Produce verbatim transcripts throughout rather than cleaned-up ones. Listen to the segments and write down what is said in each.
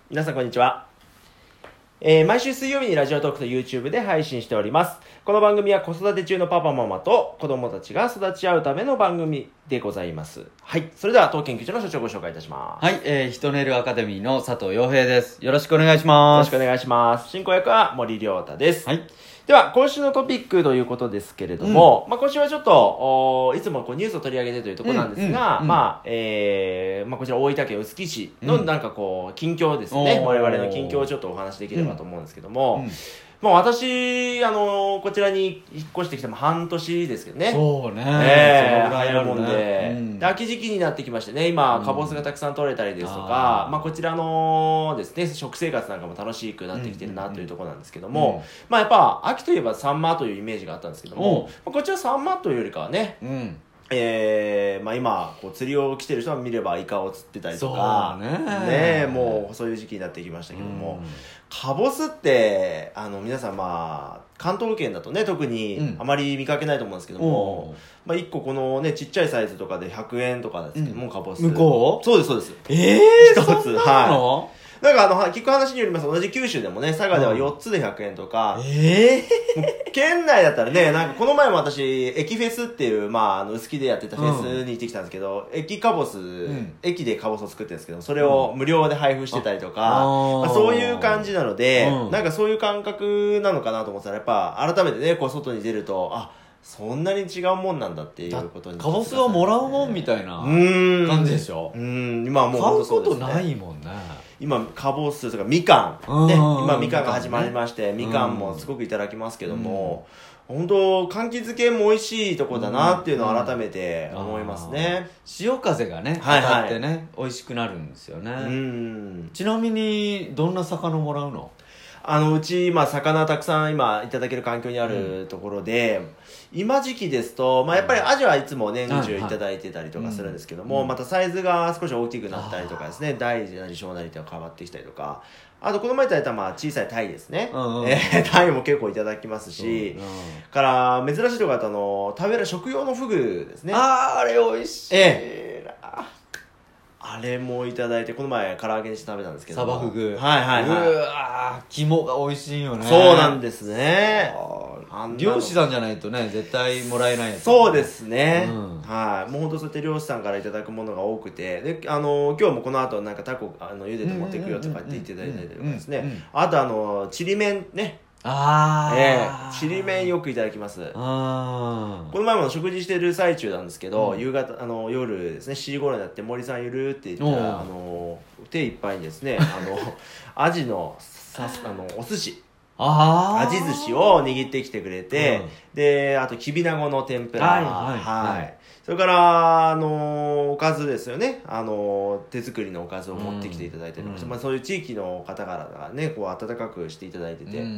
皆さんこんにちは、えー、毎週水曜日にラジオトークと YouTube で配信しております。この番組は子育て中のパパママと子供たちが育ち合うための番組でございます。はい、それでは当研究所の所長をご紹介いたします。 はい、えー、ヒトネルアカデミーの佐藤洋平です。よろしくお願いします。 よろしくお願いします。進行役は森亮太です。 はい。 では今週のトピックということですけれども、うん、まあ、今週はちょっといつもこうニュースを取り上げてというところなんですが、うんうん、まあえーまあ、こちら大分県臼杵市のなんかこう近況ですね、うん、我々の近況をちょっとお話しできればと思うんですけども、うんうん、まあ、私あのこちらに引っ越してきても半年ですけどね。 そうね、 えー、そのぐらいのもんで、 ね、うん、 で秋時期になってきましてね、今カボスがたくさん取れたりですとか、うん、まあ、こちらのですね食生活なんかも楽しくなってきてるなというところなんですけども、うんうん、まあやっぱ秋といえばサンマというイメージがあったんですけども、まあ、こちらサンマというよりかはね、うん、えーまあ、今こう釣りを来てる人は見ればイカを釣ってたりとかね、ね、もうそういう時期になってきましたけども、うん、カボスってあの皆さんまあ関東圏だとね特にあまり見かけないと思うんですけども、うん、まあ、いっここのねちっちゃいサイズとかでひゃくえんとかですけども、うん、カボス向こうそうですそうです。 ええー、そんなの、 はい、なんかあの聞く話によりますと同じ九州でもね佐賀ではよっつでひゃくえんとか、 うん、ええー、県内だったらねなんかこの前も私駅フェスっていうまああの臼杵でやってたフェスに行ってきたんですけど、うん、駅カボス、うん、駅でカボスを作ってるんですけどそれを無料で配布してたりとか、うん、まあ、そういう感じなので、うん、なんかそういう感覚なのかなと思ったらやっぱ改めてねこう外に出るとあそんなに違うもんなんだっていうことに、 カボスはもらうもんみたいな感じでしょ。 うん、今はもう買うことないもんね。 今カボスとかみかん、ね、今みかんが始まりまして、みかんもすごくいただきますけども、うん、本当柑橘系も美味しいとこだなっていうのを改めて思いますね。 潮風がね当たってね、はいはい、美味しくなるんですよね。うん、ちなみにどんな魚もらうの？ あのうち今魚たくさん今いただける環境にあるところで、うん、今時期ですと、まあ、やっぱりアジはいつも年中いただいてたりとかするんですけども、またサイズが少し大きくなったりとかですね、大なり小なりと変わってきたりとか、あとこの前いただいたまあ小さいタイですね、うんうん、えー、タイも結構いただきますし、うんうん、から珍しいところだとあの食べる食用のフグですね。 あーあれ美味しい、えーあれもいただいてこの前唐揚げにして食べたんですけどサバフグ、 はいはいはい、 うわ肝が美味しいよね。 そうなんですね。 漁師さんじゃないとね絶対もらえないやつ、ね、 そうですね、うん、はい、もう本当そうやって漁師さんからいただくものが多くてであの今日もこの後なんかタコあの茹でて持っていくよとかって言っていただいたりとかですね、あとあのちりめんね、 あー、 えー、ちりめんよくいただきます。 あこの前も食事してる最中なんですけど、うん、夕方あの夜ですねしちじ頃になって森さんいるって言ったらあの手いっぱいにですねあのアジのさあのお寿司あアジ寿司を握ってきてくれて、うん、であときびなごの天ぷら、 はいはいはい、はい、 それからあのおかずですよね、あの手作りのおかずを持ってきていただいてる、うん、まあ、そういう地域の方々がねこう温かくしていただいてて、うんうんうんうん、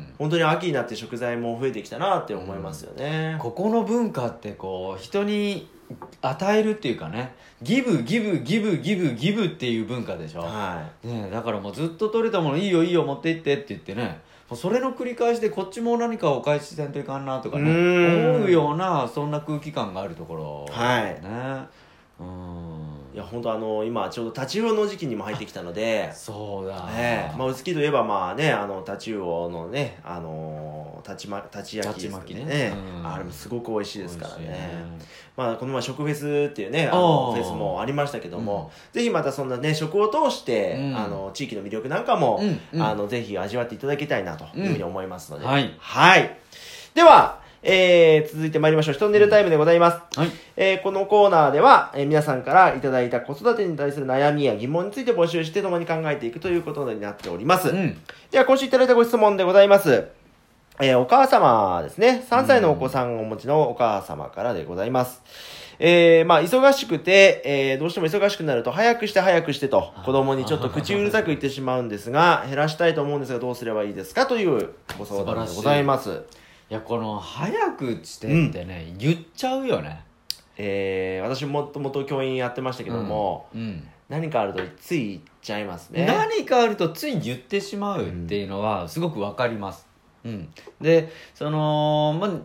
本当に秋になって食材も増えてきたなって思いますよね、 うん、ここの文化ってこう人に与えるっていうかねギブギブギブギブギブっていう文化でしょ、はいね、だからもうずっと取れたものいいよいいよ持って行ってって言ってねそれの繰り返しでこっちも何かお返しせんといかんなとかね思うようなそんな空気感があるところ、ね、 はい、うん、いや本当あの今ちょうどタチウオの時期にも入ってきたのでそうだね、まあ、臼杵といえばまあねあのタチウオのねあの立ち、ま、立ち焼きですね、ね、うん、あれもすごく美味しいですからね、ね、まあ、この前食フェスっていうねあのフェスもありましたけども、うん、ぜひまたそんなね食を通して、うん、あの地域の魅力なんかも、うんうん、あのぜひ味わっていただきたいなというふうに思いますので、うん、はい、はい、ではえー、続いてまいりましょう。ひとんねるタイムでございます。はい、えー、このコーナーでは、えー、皆さんからいただいた子育てに対する悩みや疑問について募集して共に考えていくということになっております。うん、では今週いただいたご質問でございます。えー、お母様ですね。さんさいのお子さんをお持ちのお母様からでございます。えー、まあ、忙しくて、えー、どうしても忙しくなると、早くして早くしてと、子供にちょっと口うるさく言ってしまうんですが、減らしたいと思うんですが、どうすればいいですかというご相談でございます。 いやこの早くしてってね、うん、言っちゃうよね。 えー、私もともと教員やってましたけども、うんうん、何かあるとつい言っちゃいますね。 何かあるとつい言ってしまうっていうのはすごくわかります、うん、でその、ま、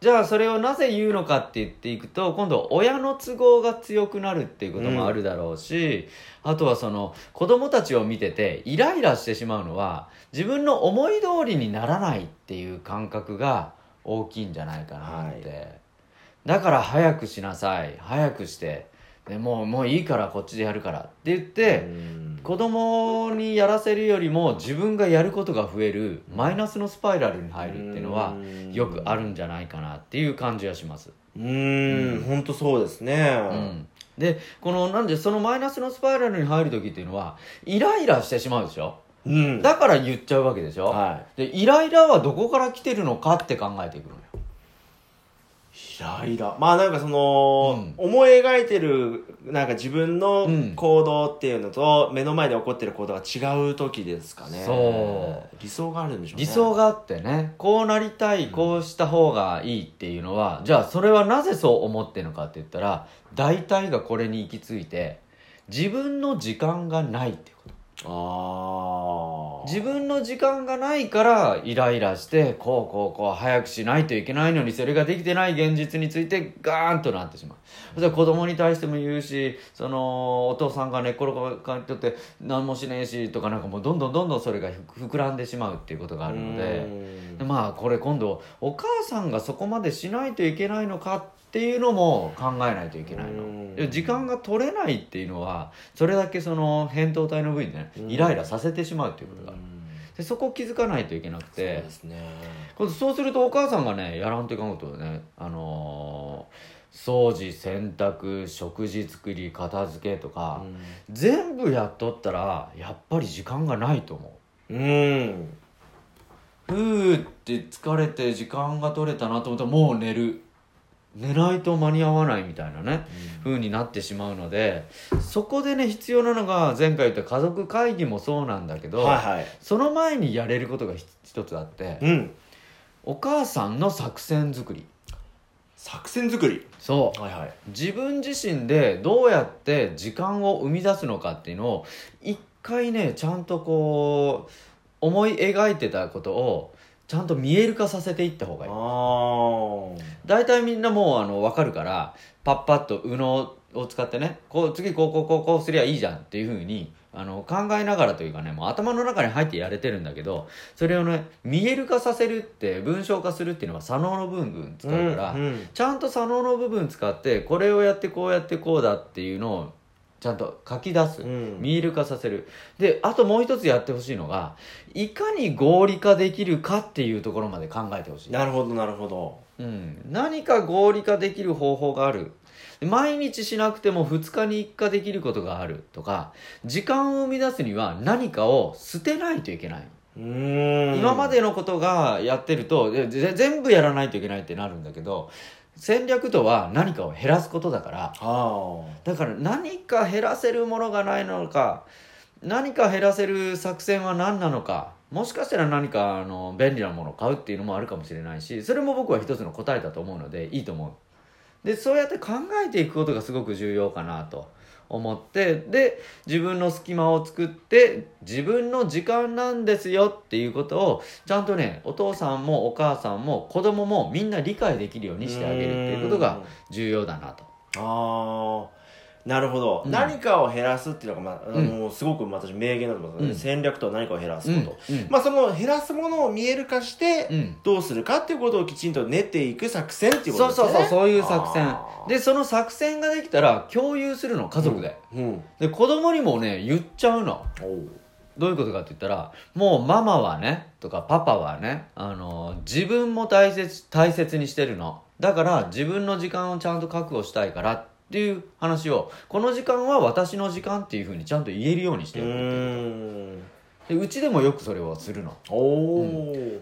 じゃあそれをなぜ言うのかって言っていくと、今度親の都合が強くなるっていうこともあるだろうし、うん、あとはその子供たちを見ててイライラしてしまうのは自分の思い通りにならないっていう感覚が大きいんじゃないかなって、はい、だから早くしなさい、早くしてでもう、もういいからこっちでやるからって言って、うん子供にやらせるよりも自分がやることが増えるマイナスのスパイラルに入るっていうのはよくあるんじゃないかなっていう感じがします。 うーん、うん、本当そうですね、 うん、でこのなんでそのマイナスのスパイラルに入る時っていうのはイライラしてしまうでしょ、うん、だから言っちゃうわけでしょ、はい、でイライラはどこから来てるのかって考えていくのよ。 イライラまあなんかその、うん、思い描いてるなんか自分の行動っていうのと、うん、目の前で起こってる行動が違う時ですかね。そう理想があるんでしょうね。 理想があってね、こうなりたい、こうした方がいいっていうのは、うん、じゃあそれはなぜそう思ってるのかって言ったら大体がこれに行き着いて自分の時間がないってこと。あ自分の時間がないからイライラしてこうこうこう早くしないといけないのにそれができてない現実についてガーンとなってしまう。それは子供に対しても言うし、そのお父さんが寝っ転がってって何もしねえしとかなんかもうどんどんどんどんそれが膨らんでしまうっていうことがあるので、でまあこれ今度お母さんがそこまでしないといけないのかっていうのも考えないといけないの。時間が取れないっていうのはそれだけその扁桃体の部位でねイライラさせてしまうっていうことがある。でそこを気づかないといけなくて、そうですね、そうするとお母さんがねやらんといかんことでね、あのー、掃除洗濯食事作り片付けとか、うん、全部やっとったらやっぱり時間がないと思う。うんふーって疲れて時間が取れたなと思ったらもう寝る、寝ないと間に合わないみたいなね、うん、風になってしまうので、そこでね必要なのが前回言った家族会議もそうなんだけど、はいはい、その前にやれることが一つあって、うん、お母さんの作戦作り。 作戦作りそう、はいはい、自分自身でどうやって時間を生み出すのかっていうのを一回ねちゃんとこう思い描いてたことをちゃんと見える化させていった方がいい。大体みんなもうあの分かるからパッパッと右脳を使ってねこう次こうこうこうこうすりゃいいじゃんっていう風にあの考えながらというかねもう頭の中に入ってやれてるんだけど、それをね見える化させるって文章化するっていうのは左脳の部分使うから、うんうん、ちゃんと左脳の部分使ってこれをやってこうやってこうだっていうのをちゃんと書き出す、うん、見える化させる。であともう一つやってほしいのがいかに合理化できるかっていうところまで考えてほしい。 なるほどなるほど、 うん、何か合理化できる方法がある、毎日しなくてもふつかにいっかできることがあるとか、時間を生み出すには何かを捨てないといけない。うーん今までのことがやってると全部やらないといけないってなるんだけど、戦略とは何かを減らすことだから、だから何か減らせるものがないのか、何か減らせる作戦は何なのか、もしかしたら何かあの便利なものを買うっていうのもあるかもしれないし、それも僕は一つの答えだと思うのでいいと思う。でそうやって考えていくことがすごく重要かなと思って、で自分の隙間を作って自分の時間なんですよっていうことをちゃんとねお父さんもお母さんも子供もみんな理解できるようにしてあげるっていうことが重要だなと。 ああなるほど、うん、何かを減らすっていうのが、まああの、うん、すごく私名言だと思います、ねうん、戦略とは何かを減らすこと、うんうん、まあその減らすものを見える化してどうするかっていうことをきちんと練っていく作戦っていうことですね。 そうそうそうそういう作戦で、その作戦ができたら共有するの家族で、うんうん、で子供にもね言っちゃうの。どういうことかって言ったら、もうママはねとかパパはねあの自分も大切大切にしてるのだから自分の時間をちゃんと確保したいからっていう話を、この時間は私の時間っていう風にちゃんと言えるようにしておくっていうことで、うちでもよくそれをするの。お、うん、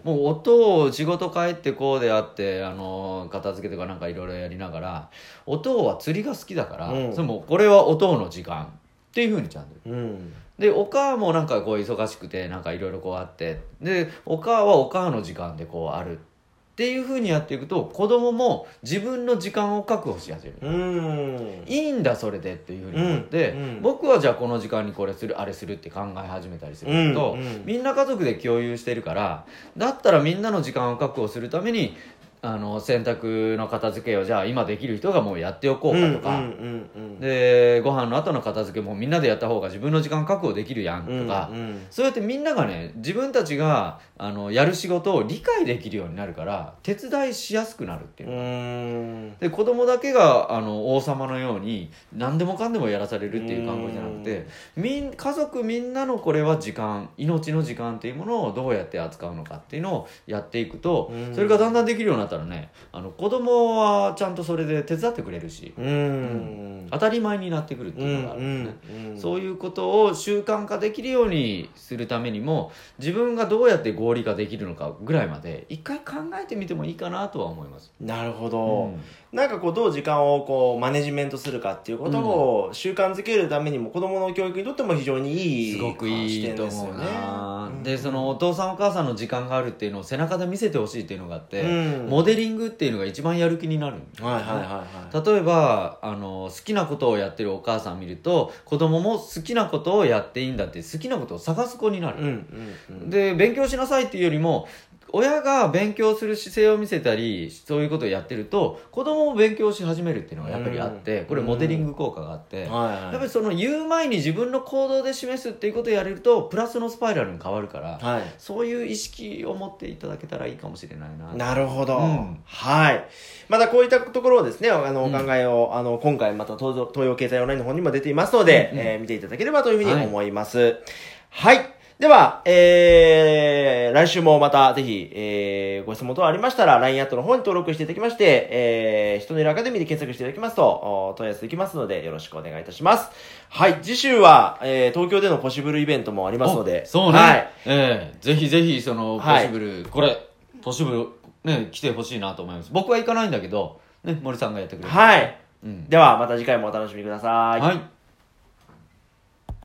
もう音を仕事帰ってこうであってあの片付けとかなんかいろいろやりながら、音は釣りが好きだから、うん、それもこれは音の時間っていう風にちゃんと、うん、でお母もなんかこう忙しくてなんかいろいろこうあって、でお母はお母の時間でこうあるっていう風にやっていくと子供も自分の時間を確保し始める。うーんいいんだそれでっていう風に思って、うんうん、僕はじゃあこの時間にこれするあれするって考え始めたりすると、うんうん、みんな家族で共有してるから、だったらみんなの時間を確保するためにあの洗濯の片付けをじゃあ今できる人がもうやっておこうかとか、でご飯の後の片付けもみんなでやった方が自分の時間確保できるやんとか、うんうん、そうやってみんながね自分たちがあのやる仕事を理解できるようになるから手伝いしやすくなるっていうの。うーんで子供だけがあの王様のように何でもかんでもやらされるっていう感覚じゃなくて、みん家族みんなのこれは時間命の時間っていうものをどうやって扱うのかっていうのをやっていくと、それがだんだんできるようになったらね、あの子供はちゃんとそれで手伝ってくれるし、うん、うん、当たり前になってくるっていうのがあるんですね、うんうん、そういうことを習慣化できるようにするためにも自分がどうやって合理化できるのかぐらいまで一回考えてみてもいいかなとは思います。 なるほど、うん、なんかこうどう時間をこうマネジメントするかっていうことを習慣づけるためにも子供の教育にとっても非常にいいすごくいいと思うな、うん、でそのお父さんお母さんの時間があるっていうのを背中で見せてほしいっていうのがあって、うん、モデリングっていうのが一番やる気になるんです、ね、はいはいはいはい、例えばあの好きなことをやってるお母さん見ると子供も好きなことをやっていいんだって好きなことを探す子になる、うんうんうん、で勉強しなさいっていうよりも親が勉強する姿勢を見せたりそういうことをやってると子供も勉強し始めるっていうのがやっぱりあって、これモデリング効果があって、やっぱりその言う前に自分の行動で示すっていうことをやれるとプラスのスパイラルに変わるから、はい、そういう意識を持っていただけたらいいかもしれないな。 なるほど、うん、はい。またこういったところをですね、あのお考えを、うん、あの今回また東洋経済オンラインの方にも出ていますので、うんうん、えー、見ていただければというふうに思います。はい、はい。では、えー、来週もまたぜひ、えー、ご質問等ありましたら ライン アットの方に登録していただきまして、えー、人のいるアカデミーで検索していただきますと問い合わせできますのでよろしくお願いいたします。はい、次週は、えー、東京でのポシブルイベントもありますので、 そうね、 はい、 えー、ぜひぜひそのポシブル、はい、これポシブルね来てほしいなと思います。僕は行かないんだけどね、森さんがやってくれる、 はい、うん、ではまた次回もお楽しみください。 はい。